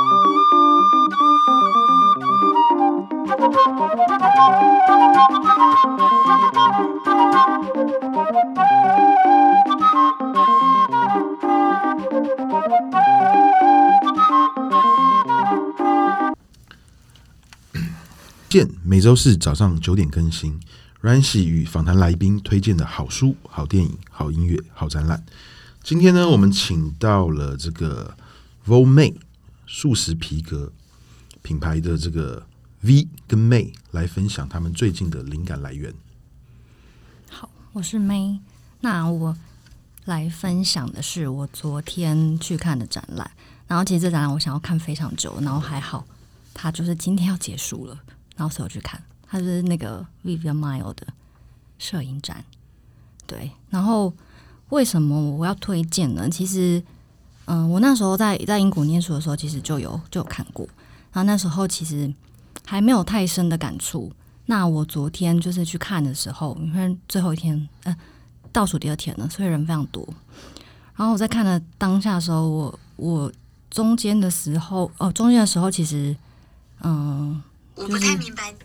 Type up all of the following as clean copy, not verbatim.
每周四早上9点更新。阮喜与访谈来宾推荐的好书、好电影、好音乐、好展览。今天呢，我们请到了这个 Volmay 素食皮革品牌的这个 V 跟 May 来分享他们最近的灵感来源。 好，我是 May。那我来分享的是我昨天去看的展览，然后其实这展览我想要看非常久，然后还好它就是今天要结束了。然后所以我去看，它是那个 Vivian Mile 的摄影展，对。然后为什么我要推荐呢？其实，我那时候在英国念书的时候，其实就有看过。然后那时候其实还没有太深的感触。那我昨天就是去看的时候，因为最后一天，倒数第2天了，所以人非常多。然后我在看的当下的时候，我中间的时候其实， 我不太明白，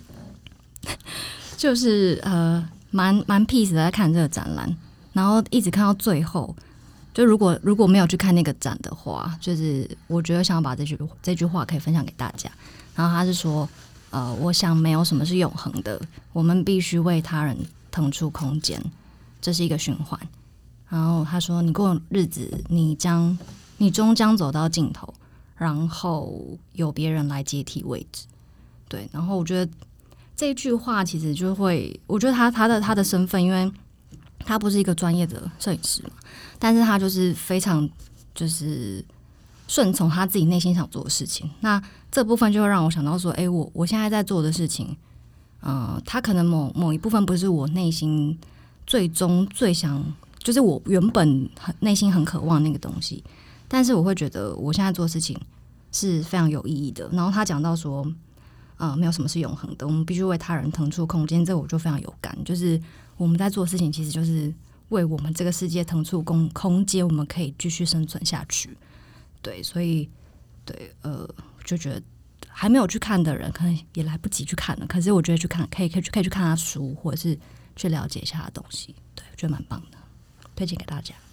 就是蛮 peace 的在看这个展览，然后一直看到最后。就如果没有去看那个展的话，就是我觉得想要把这句话可以分享给大家。然后他是说，我想没有什么是永恒的，我们必须为他人腾出空间，这是一个循环。然后他说，你过日子，你终将走到尽头，然后有别人来接替位置。对，然后我觉得这一句话其实就会，我觉得他的身份，因为他不是一个专业的摄影师嘛，但是他就是非常就是顺从他自己内心想做的事情。那这部分就会让我想到说，我现在在做的事情，他可能某一部分不是我内心最想，就是我原本内心很渴望那个东西，但是我会觉得我现在做的事情是非常有意义的。然后他讲到说，没有什么是永恒的，我们必须为他人腾出空间，这我就非常有感。就是我们在做的事情，其实就是为我们这个世界腾出空间，我们可以继续生存下去。对，所以就觉得还没有去看的人，可能也来不及去看了。可是我觉得去看，可以去看他书，或者是去了解一下他的东西。对，我觉得蛮棒的，推荐给大家。